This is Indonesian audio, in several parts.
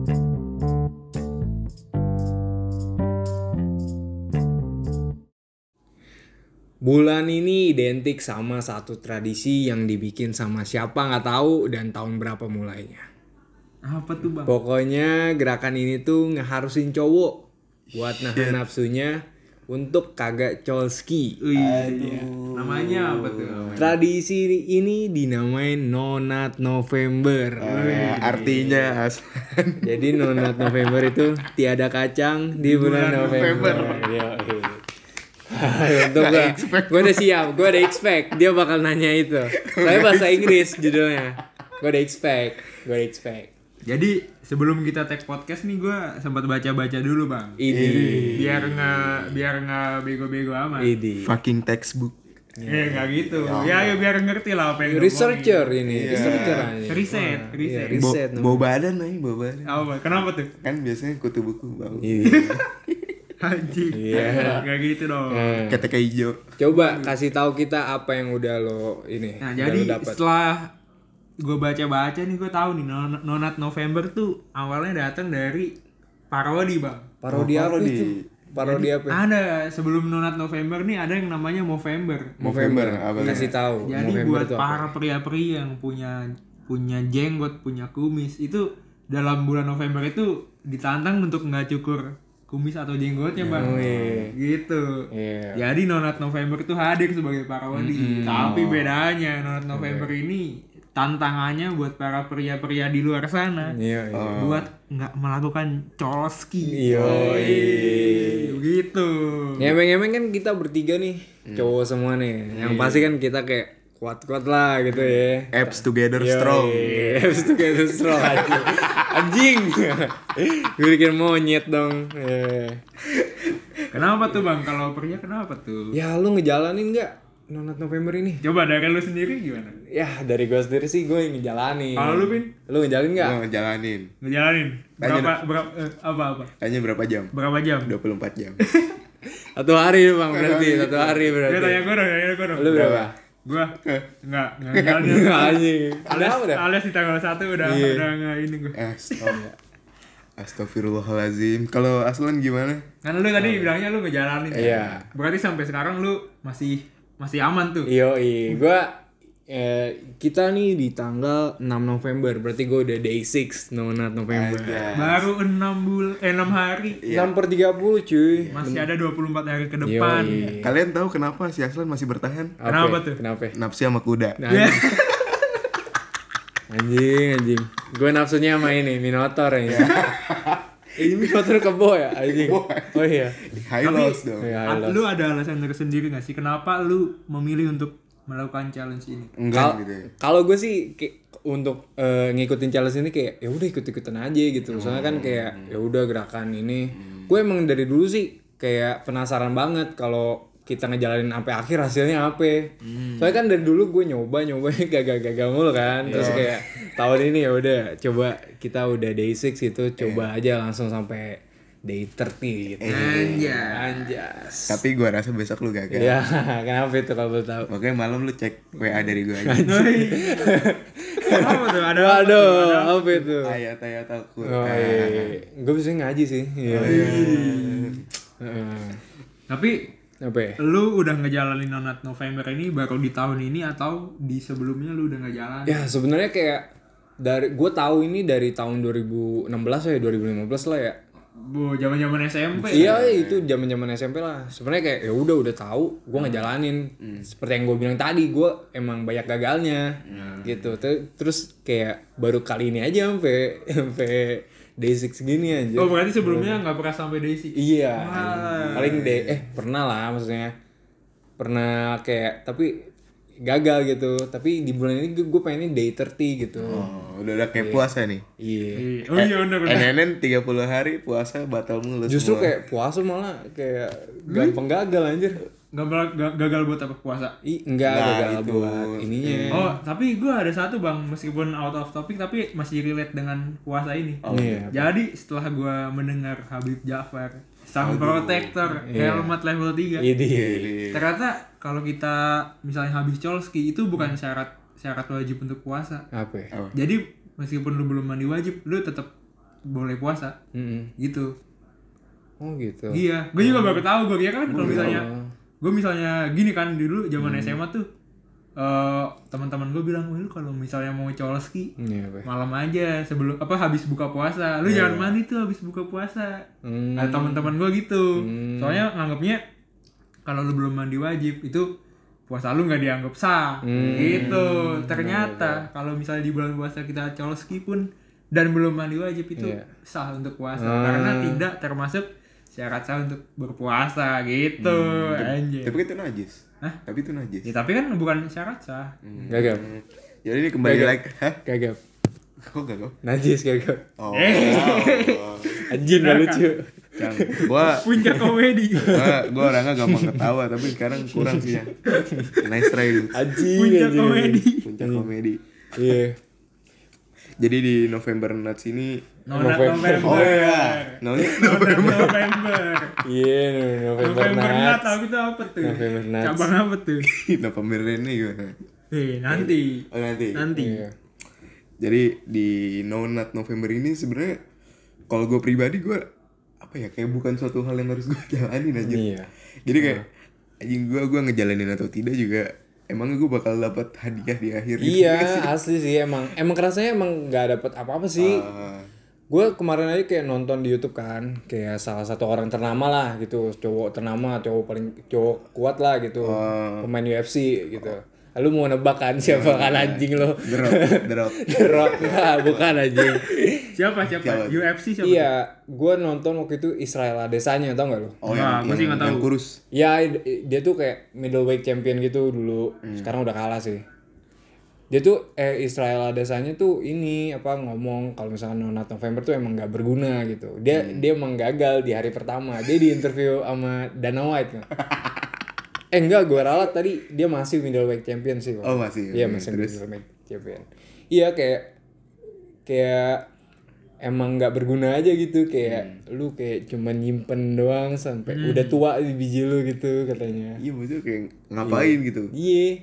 Bulan ini identik sama satu tradisi yang dibikin sama siapa nggak tahu dan tahun berapa mulainya. Apa tuh bang? Pokoknya gerakan ini tuh ngeharusin cowok buat nahan nafsunya untuk kagak colski. Namanya apa tuh? Tradisi ini dinamain Nonat November. Artinya Jadi Nonat November itu tiada kacang di bulan November. Untuk gue udah siap, gue udah expect dia bakal nanya itu. Tapi bahasa Inggris judulnya. Gue udah expect. Jadi sebelum kita take podcast nih gue sempat baca-baca dulu bang. Biar nggak bego-bego amat. fucking textbook. Nggak gitu. Ya biar ngerti lah apa yang Researcher ini, researcher aja. Riset. Riset. Bawa badan nih, bawa badan. Apa? Kenapa tuh? Kan biasanya kutu buku bau. Anjing. Iya. Nggak gitu dong. Ketek hijau. Coba kasih tahu kita apa yang udah lo ini. Nah udah jadi lo dapet. setelah gue baca-baca nih gue tahu nih Nonat November tuh awalnya datang dari parodi bang. Parodi apa itu? Parodi apa? Ada sebelum Nonat November nih ada yang namanya Movember. November. apa Kasih tahu. Jadi November buat itu apa? para pria-pria yang punya jenggot, punya kumis itu dalam bulan November itu ditantang untuk nggak cukur kumis atau jenggotnya bang. Gitu. Iya. Jadi Nonat November itu hadir sebagai parodi. Tapi bedanya Nonat November ini tantangannya buat para pria-pria di luar sana. Iya. Buat nggak melakukan colski. Iya. Gitu. Ngemeng-ngemeng kan kita bertiga nih, cowok semua nih. Yang pasti kan kita kayak kuat-kuat lah gitu ya. Apps together strong. Apps together strong anjing. Anjing. Gue bikin monyet dong. Kenapa tuh bang? Kalau pria kenapa tuh? Ya lu ngejalanin nggak Nonat November ini? Coba dari lu sendiri gimana? Ya dari gue sendiri sih gue yang ngejalanin. Kalau lu Pin? Lu ngejalanin nggak? Gua ngejalanin. Ngejalanin? Apa? Berapa jam? Berapa jam? 24 jam. Satu hari bang berarti. Satu hari Gue berarti. tanya gue dong. Lu berapa? Gue nggak ngejalanin. Anjing. Kenapa dah? Alias di tanggal 1 udah nggak ini gue. Astagfirullahalazim. Kalau Aslan gimana? Kan lu tadi bilangnya lu ngejalanin. Iya. Berarti sampai sekarang lu masih aman tuh. Gue kita nih di tanggal 6 November, berarti gue udah day 6 Nonat November. Baru 6 hari. 6/30 cuy. Masih ada 24 hari ke depan. Kalian tahu kenapa si Aslan masih bertahan? Kenapa tuh? Kenapa? Nafsu sama kuda. Anjing. Gue nafsunya sama ini Minotaur ya. Ini Minotaur kebo ya anjing. Oh iya. High loss dong. Lu ada alasan tersendiri gak sih kenapa lu memilih untuk melakukan challenge ini? Enggak gitu ya. Kalau gue sih untuk ngikutin challenge ini kayak ya udah ikut-ikutan aja gitu. Soalnya kan kayak ya udah gerakan ini. Gue emang dari dulu sih kayak penasaran banget kalau kita ngejalanin sampai akhir hasilnya apa. Soalnya kan dari dulu gue nyoba gagal mulu kan. Terus kayak tahun ini ya udah coba kita udah day 6 itu coba aja langsung sampai day 30 gitu. Anjas. Tapi gua rasa besok lu gagal. Ya, kenapa itu kalau boleh tahu? Makanya malam lu cek WA dari gua aja. Apa tuh? Apa itu? Ayat-ayat aku. Gue bisa ngaji sih. Tapi Apa ya? lu udah ngejalanin Nonat November ini baru di tahun ini atau di sebelumnya lu udah ngejalanin? Ya sebenarnya kayak dari gue tahu ini dari tahun 2016 ya 2015 lah ya. Bu, zaman-zaman SMP. Iya itu zaman-zaman SMP lah. Sebenarnya kayak ya udah tahu, gue ngejalanin. Seperti yang gue bilang tadi, gue emang banyak gagalnya, gitu. Terus kayak baru kali ini aja sampai day 6 gini aja. Oh berarti sebelumnya nggak pernah sampai day 6? Iya. Paling pernah lah maksudnya. Pernah kayak tapi gagal gitu. Tapi di bulan ini gue pengennya day 30 gitu. Oh, udah kayak puasa nih. Iya. Oh iya benar. NNN 30 hari puasa batal mulu. Justru semua. kayak puasa malah kayak gampang gagal anjir. Gagal buat apa puasa? Enggak gagal itu. buat ininya. Oh tapi gue ada satu bang, meskipun out of topic tapi masih relate dengan puasa ini. Iya. Jadi setelah gue mendengar Habib Jafar, sang protektor helmet level 3, ternyata kalau kita misalnya habis colski itu bukan syarat wajib untuk puasa. Apa ya? Jadi meskipun lu belum mandi wajib, lu tetap boleh puasa. Gitu. Oh gitu. Iya, gue juga baru tahu. Gue kira kan kalau misalnya gini kan dulu zaman SMA tuh teman-teman gue bilang, lu kalau misalnya mau coloski malam aja sebelum habis buka puasa, lu jangan mandi tuh habis buka puasa. Nah, teman-teman gue gitu. Soalnya nganggapnya kalau lu belum mandi wajib itu puasa lu nggak dianggap sah. Gitu. Ternyata kalau misalnya di bulan puasa kita coloski pun dan belum mandi wajib itu sah untuk puasa karena tidak termasuk syarat sah untuk berpuasa gitu. Anjir. Tapi itu najis. Hah? Tapi itu najis. Ya tapi kan bukan syarat sah. Gagap. Jadi ini kembali lagi. Hah? Gagap. Kok gak? Najis gagap. Oh. Anjing gak lucu. Gua Puncak komedi. gua orangnya gampang ketawa tapi sekarang kurang sih ya. Nice try. Anjing. Puncak komedi. Puncak komedi. Iya. Jadi di November Nuts ini November. Oh iya. November. Iya, November Nat Nuts. tahu itu apa tuh? November Nuts. Cabang apa tuh? November ini gimana? Nanti. Oh nanti. Iya. Jadi di No Nut November ini sebenarnya kalau gue pribadi gue apa ya kayak bukan suatu hal yang harus gue jalanin aja. Iya. Jadi kayak anjing gue ngejalanin atau tidak juga emang gue bakal dapat hadiah di akhir gitu. Iya, asli sih emang rasanya emang nggak dapet apa-apa sih. Gue kemarin aja kayak nonton di YouTube kan, kayak salah satu orang ternama lah gitu, cowok ternama, cowok kuat lah gitu, pemain UFC gitu. Lalu mau nebak kan siapa kan anjing lo? The Rock. Nah, bukan anjing. Siapa? UFC siapa? Iya, gue nonton waktu itu Israel Adesanya, tau gak lo? Oh Nah, gua sih nggak tahu. yang kurus. Ya dia tuh kayak middleweight champion gitu dulu. Sekarang udah kalah sih. Dia tuh Israel Adesanya tuh ini ngomong kalau misalkan Nonat November tuh emang nggak berguna gitu. Dia emang gagal di hari pertama. Dia di interview sama Dana White kan. Enggak, gue ralat tadi dia masih middleweight champion sih. Oh masih. Iya masih middleweight champion. Iya kayak emang nggak berguna aja gitu, kayak lu kayak cuma nyimpen doang sampai udah tua di biji lu gitu katanya. Iya maksudnya kayak ngapain gitu. Iya.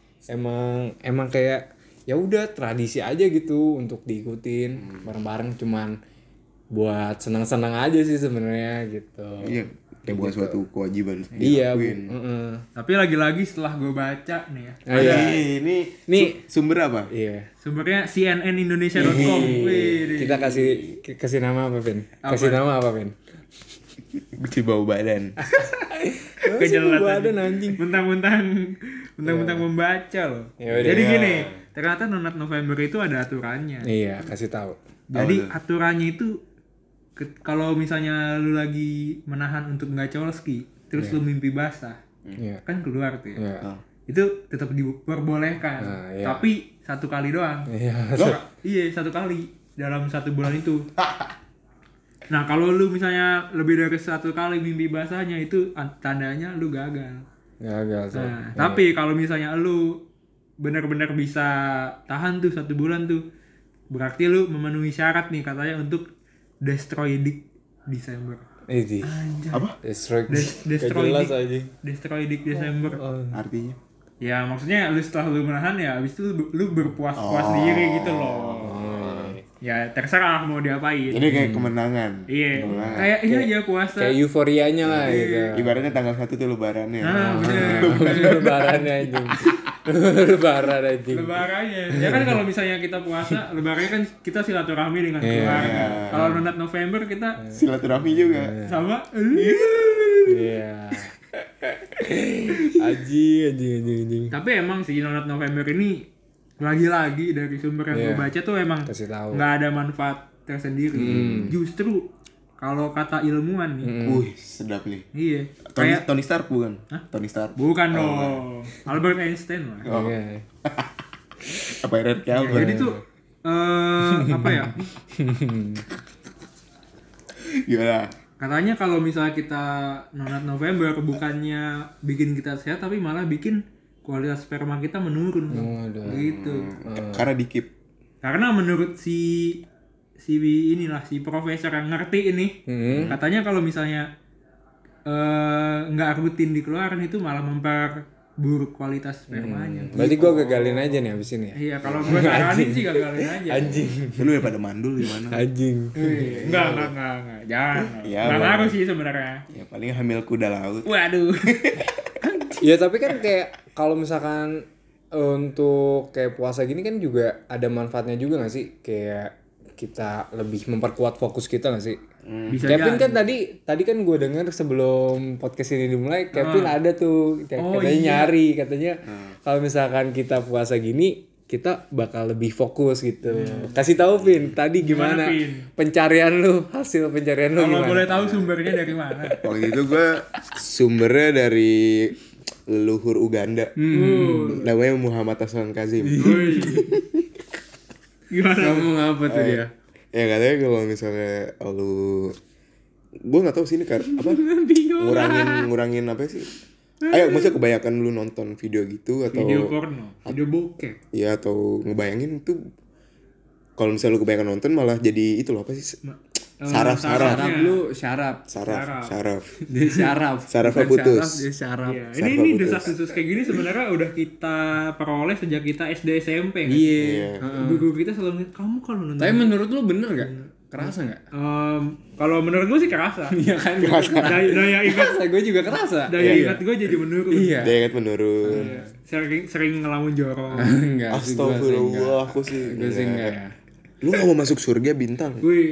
Emang kayak ya udah tradisi aja gitu untuk diikutin bareng-bareng, cuman buat senang-senang aja sih sebenarnya gitu. Iya. Kayak bukan suatu kewajiban. Iya, dilakuin. Tapi lagi-lagi setelah gue baca nih ya. Iya. Ini sumber apa? Iya. Sumbernya cnnindonesia.com. Kita kasih nama apa, Vin? Kasih nama apa, Vin? Beci bau badan. Kejelas Badan anjing. Mentang-mentang membaca loh. Yaudah. Jadi gini, ternyata Nonat November itu ada aturannya. Iya, kasih tahu. Jadi aturannya itu kalau misalnya lu lagi menahan untuk nggak coloski, terus lu mimpi basah, kan keluar tuh ya. Itu tetap diperbolehkan, tapi 1 kali doang. Iya, 1 kali dalam 1 bulan itu. Nah kalau lu misalnya lebih dari 1 kali mimpi basahnya itu tandanya lu gagal. Nah, tapi kalau misalnya lu benar-benar bisa tahan tuh 1 bulan tuh, berarti lu memenuhi syarat nih katanya untuk Destroy Dick December. Apa? Destroy Dick December. Artinya? Ya maksudnya lu setelah lu menahan ya abis itu lu berpuas-puas diri gitu loh. Ya terserah mau diapain. Ini kayak kemenangan. Iya. Kayak ini aja puasa. Kayak euforianya lah gitu. Ibaratnya tanggal 1 tuh lebarannya. Lebarannya anjing. Lebarannya. Ya kan kalau misalnya kita puasa, lebarannya kan kita silaturahmi dengan keluarga. Kalau Nonat November kita silaturahmi juga. Sama. Iya. Anjing. Tapi emang sih Nonat November ini lagi-lagi dari sumber yang gue baca tuh emang nggak ada manfaat tersendiri. Justru kalau kata ilmuwan nih, wih sedap nih. Iya. Tony Stark bukan? Hah? Tony Stark. Bukan dong. Albert Einstein lah. Apa Red Calvert? Jadi tuh apa ya? Gimana? Katanya kalau misalnya kita Nonat November bukannya bikin kita sehat tapi malah bikin kualitas sperma kita menurun. Gitu. Karena dikip. Karena menurut si profesor yang ngerti ini, katanya kalau misalnya nggak rutin dikeluarin itu malah buruk kualitas spermanya. Berarti gue gagalin aja nih abis ini ya. Iya, kalau gue saranin sih gagalin aja. Anjing. Lu daripada mandul gimana? Anjing. Enggak. Jangan. Iya, Enggak Bang. ngaruh sih sebenarnya. Ya paling hamil kuda laut. Waduh. Ya tapi kan kayak kalau misalkan untuk kayak puasa gini kan juga ada manfaatnya juga gak sih? Kayak kita lebih memperkuat fokus kita gak sih? Bisa Kevin jadi. kan tadi kan gue denger sebelum podcast ini dimulai, Kevin ada tuh katanya nyari katanya kalau misalkan kita puasa gini kita bakal lebih fokus gitu. Kasih tahu Vin, tadi gimana Vin? pencarian lu, hasil pencarian lu Kalau gimana? boleh tahu sumbernya dari mana? Waktu itu gue sumbernya dari leluhur Uganda. Namanya Muhammad Hasan Kazim. Woi. Gimana? Kamu ngapa tuh dia? Ya katanya kalau misalnya lu, gue nggak tahu sih ini apa ngurangin apa sih? Ayo, maksudnya kebanyakan lu nonton video gitu atau Video porno, video bokep. ya atau ngebayangin tuh kalau misalnya lu kebanyakan nonton malah jadi itu loh apa sih? Saraf. Saraf lu syaraf. Dia syaraf. Sarafnya Bukan putus. syaraf, dia syaraf. Iya, Saraf ini putus. desas-desus kayak gini sebenarnya udah kita peroleh sejak kita SD SMP nggak sih? Iya. Guru kita selalu ngeliat, kamu kalau nonton. Tapi menurut lu bener gak? Kerasa gak? Kalau menurut gue sih kerasa. Iya kan? Daya ingat Kerasa, gue juga kerasa. ingat gue jadi menurun. Iya. Dia ingat menurun. Sering ngelamun jorok. Enggak sih, gua Astagfirullah, aku sih. Gue sih enggak ya. Lu gak mau masuk surga bintang? Wih,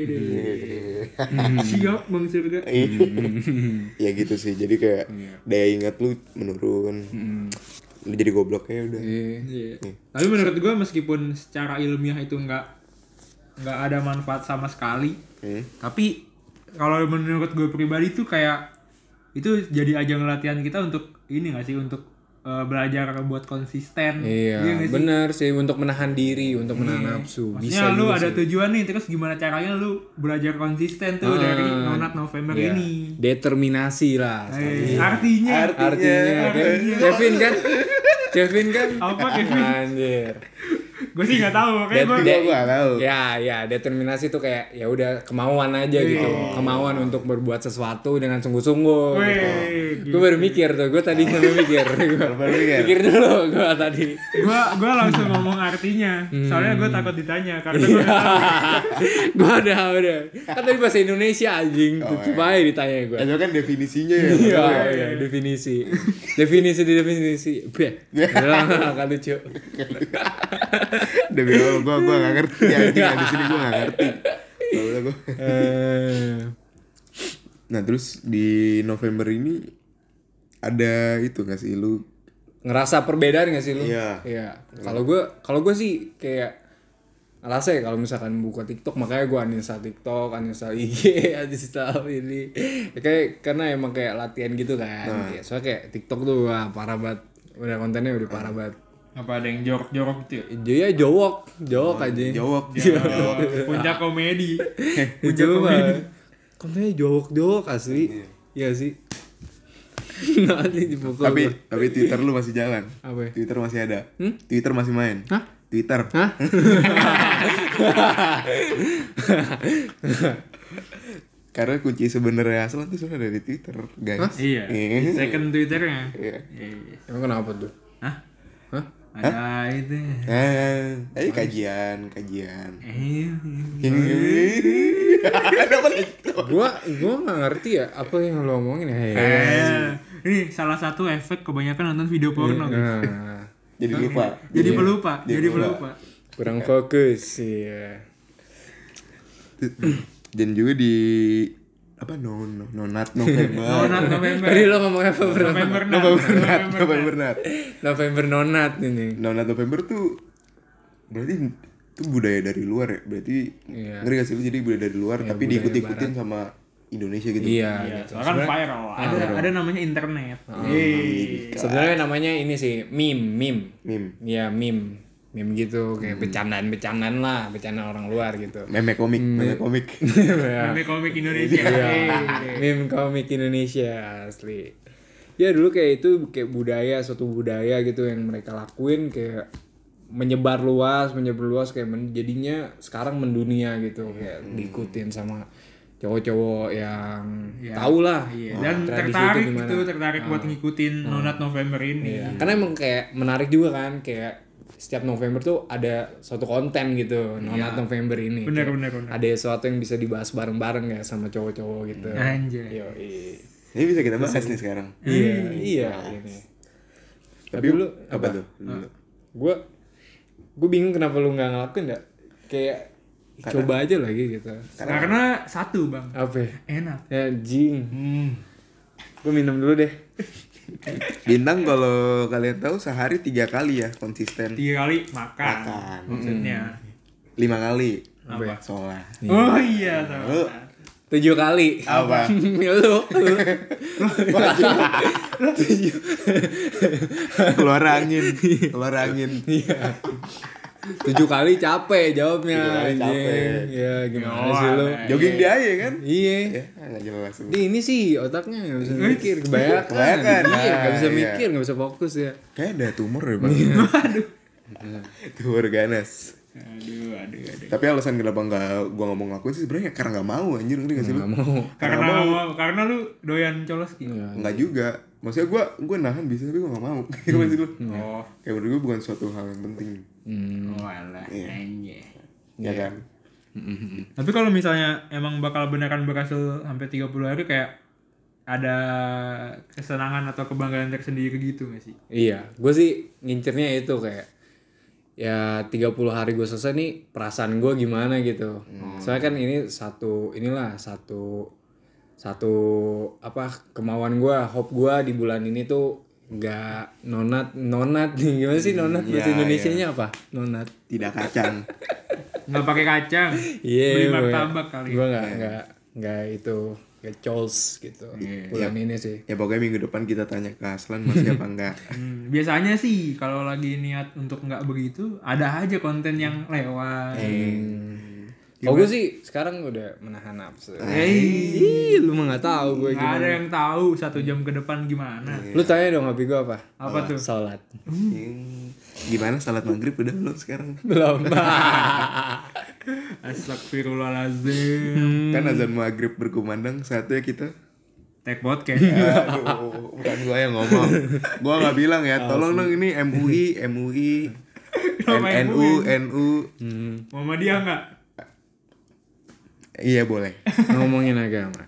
siap bang surga. Ya gitu sih. Jadi kayak daya ingat lu menurun. Lu jadi goblok ya udah. Iya. Tapi menurut gue meskipun secara ilmiah itu nggak ada manfaat sama sekali, tapi kalau menurut gue pribadi tuh kayak itu jadi ajang latihan kita untuk ini nggak sih, untuk belajar buat konsisten. Iya, nggak sih? benar sih untuk menahan diri, untuk menahan nafsu. Maksudnya Bisa lu juga ada sih. tujuan nih, terus gimana caranya lu belajar konsisten tuh dari Nonat November Iya. ini. Determinasi lah. Artinya Artinya Kevin kan apa Kevin? Anjir. Gue sih nggak tahu, makanya gue Gua gak tahu. Ya, determinasi tuh kayak ya udah kemauan aja gitu. Kemauan untuk berbuat sesuatu dengan sungguh-sungguh gitu. Gue baru mikir tuh, gue tadi sampai mikir. Mikir dulu gue tadi. gue langsung ngomong artinya, soalnya gue takut ditanya karena gue nggak tahu. Gue udah. Kan tadi bahasa Indonesia anjing. Coba aja ditanya gue. Itu kan definisinya ya. Iya, definisi. Definisi. Udah kan lucu. Demi Allah gua gak ngerti anjing, di sini gua gak ngerti. Udah gua. Nah, terus di November ini ada itu gak sih lu? Ngerasa perbedaan gak sih lu? Iya. Kalau gue sih kayak ngerasa ya kalau misalkan buka TikTok, makanya gue uninstall TikTok, uninstall IG, uninstall ini. Ya, kayak karena emang kayak latihan gitu kan. Ya, soalnya kayak TikTok tuh wah, parah banget. Udah kontennya udah parah banget. Apa ada yang jorok-jorok gitu ya? Iya jowok aja. Jawab. Puncak komedi. Coba. Kontennya jowok asli. Iya sih. Nanti dipukul. Tapi Twitter lu masih jalan. Apa ya? Twitter masih ada. Twitter masih main. Hah? Twitter. Hah? Karena kunci sebenarnya asal itu sebenarnya dari Twitter, guys. Iya. Second Twitternya. Iya. Emang kenapa tuh? Hah? Hah? Ada itu. Ayo kajian. Gua nggak ngerti ya apa yang lo omongin ya. Ini salah satu efek kebanyakan nonton video porno. Nah, Jadi lupa. Jadi pelupa. kurang fokus iya. Dan juga di apa Nonat November. Nonat November. Tadi lo ngomong apa bro? November Nat. November nonat ini. Nonat November tuh berarti itu budaya dari luar ya. Berarti ngeri gak sih lu, jadi budaya dari luar tapi diikut-ikutin sama Indonesia gitu. Iya. Soalnya kan viral. Ada namanya internet. Sebenarnya namanya ini sih meme. Meme. Iya meme gitu kayak bercandaan lah, bercandaan orang luar gitu. Meme komik. Meme komik Indonesia. Meme komik Indonesia asli. Ya dulu kayak itu kayak suatu budaya gitu yang mereka lakuin kayak menyebar luas kayak jadinya sekarang mendunia gitu kayak diikutin sama cowok-cowok yang tahu lah dan tertarik buat ngikutin Nonat November ini. Karena emang kayak menarik juga kan, kayak setiap November tuh ada suatu konten gitu Nonat November ini. Bener. Ada sesuatu yang bisa dibahas bareng-bareng ya sama cowok-cowok gitu. Anjay. Ini bisa kita bahas nih sekarang. Iya ini. Tapi lu apa tuh? Gue bingung kenapa lu nggak ngelakuin ya? Kayak coba aja lagi gitu. Karena satu bang. Apa? Enak. Ya jing. Gue minum dulu deh. Bintang kalau kalian tahu sehari 3 kali ya konsisten. 3 kali makan. Maksudnya 5 kali. Apa? Sholat. Oh iya. Sama. 7 kali. Apa? Lu. Keluar angin. Iya. 7 kali capek jawabnya. 7 kali capek. Ya gimana sih lu? Jogging dia aja kan? Iya. Ya, enggak jelas. Ini sih otaknya nggak bisa mikir, kebanyakan. Iya, nggak bisa mikir, nggak bisa fokus ya. Kayak ada tumor ya bang. Tumor ganas. Aduh. Tapi alasan kenapa gua nggak mau ngakuin sih sebenarnya karena nggak mau anjir, ngerti nggak sih lu? Nggak mau. Karena lu doyan coloski. Nggak juga. Maksudnya gua nahan bisa tapi gua nggak mau. Gimana sih lu? Oh. Kayak menurut gua bukan suatu hal yang penting. Oh alah. Anjay. Ya kan? Tapi kalau misalnya emang bakal beneran berhasil sampai 30 hari kayak ada kesenangan atau kebanggaan tersendiri gitu gak sih? Iya, gue sih ngincernya itu kayak ya 30 hari gue selesai nih perasaan gue gimana gitu. Soalnya kan ini satu apa kemauan gue, hope gue di bulan ini tuh nggak nonat nih, gimana sih nonat bahasa Indonesianya apa? Nonat. Tidak kacang. Nggak pakai kacang. Iya. Beli martabak kali. Gue nggak itu cols gitu. Bulan ini sih. Ya pokoknya minggu depan kita tanya ke Aslan masih apa enggak. Biasanya sih kalau lagi niat untuk nggak begitu ada aja konten yang lewat. Oh gue sih sekarang udah menahan nafsu. Lu mah nggak tahu gue gimana. Nggak ada yang tahu 1 jam ke depan gimana. Lu tanya dong hobi gue apa? Apa tuh? Sholat. Gimana salat maghrib udah belum sekarang? Belum. Astagfirullahaladzim. Kan azan maghrib berkumandang saatnya kita Take podcast. Aduh, bukan gua yang ngomong. Gua nggak bilang ya. Tolong dong ini MUI, NU. Muhammadiyah nggak? Iya boleh. Ngomongin agama.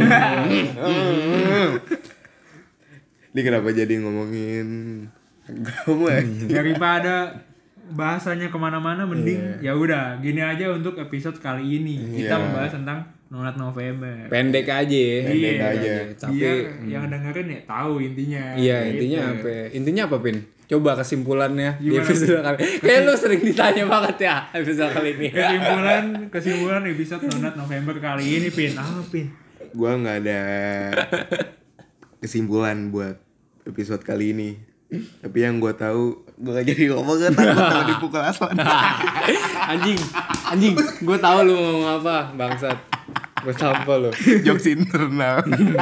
Ini kenapa jadi ngomongin agama ya? Daripada bahasanya kemana-mana mending ya udah gini aja untuk episode kali ini kita membahas tentang Nonat November. Pendek aja. Tapi yang dengerin ya tahu intinya. Iya gitu. Intinya apa Pin? Coba kesimpulannya di episode kali. Kayak lu sering ditanya banget ya episode kali ini. Kesimpulan episode Nonat November kali ini Pin. Apa Pin? Gua nggak ada kesimpulan buat episode kali ini. Tapi yang gue tahu, gue gak jadi ngomong kan takut dipukul Aslan. Anjing, gue tahu lu mau ngomong apa, bangsat. Gue apa lu? Jokes internal.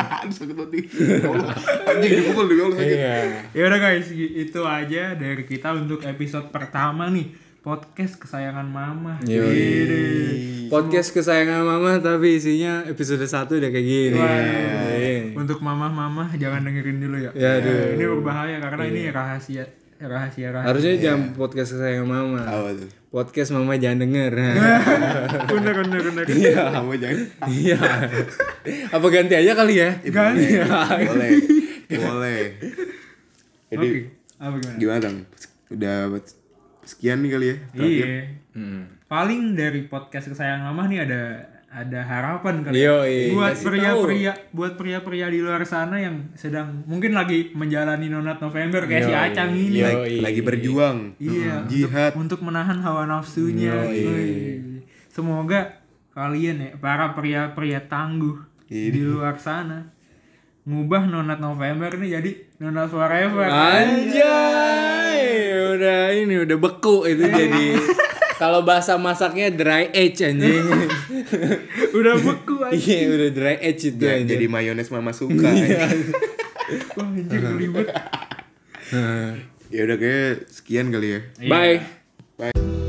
Anjing dipukul di Allah sakit. Ya udah guys, itu aja dari kita untuk episode pertama nih. Podcast kesayangan Mama. Podcast kesayangan Mama tapi isinya episode 1 udah kayak gini. Untuk mama jangan dengerin dulu ya. Ini berbahaya karena ini rahasia. Harusnya jangan podcast kesayangan Mama. Apa tuh? Podcast Mama jangan denger. Bener. Iya. Mama jangan. Iya. Apa ganti aja kali ya? Ganti. Boleh. Jadi apa gimana Bang? Udah sekian nih kali ya. Iya. Paling dari podcast kesayangan Mama nih ada harapan kali buat pria-pria di luar sana yang sedang mungkin lagi menjalani Nonat November kayak si Acang ini lagi berjuang. Iya, jihad untuk menahan hawa nafsunya. Semoga kalian ya para pria-pria tangguh di luar sana ngubah Nonat November nih jadi Nonat Forever. Anjay, udah beku itu jadi. Kalau bahasa masaknya dry age anjing. Udah beku anjing. Iya, udah dry age itu anjing. Jadi mayones Mama suka. Wah, anjing ribet. Ya udah kayak sekian kali ya. Bye.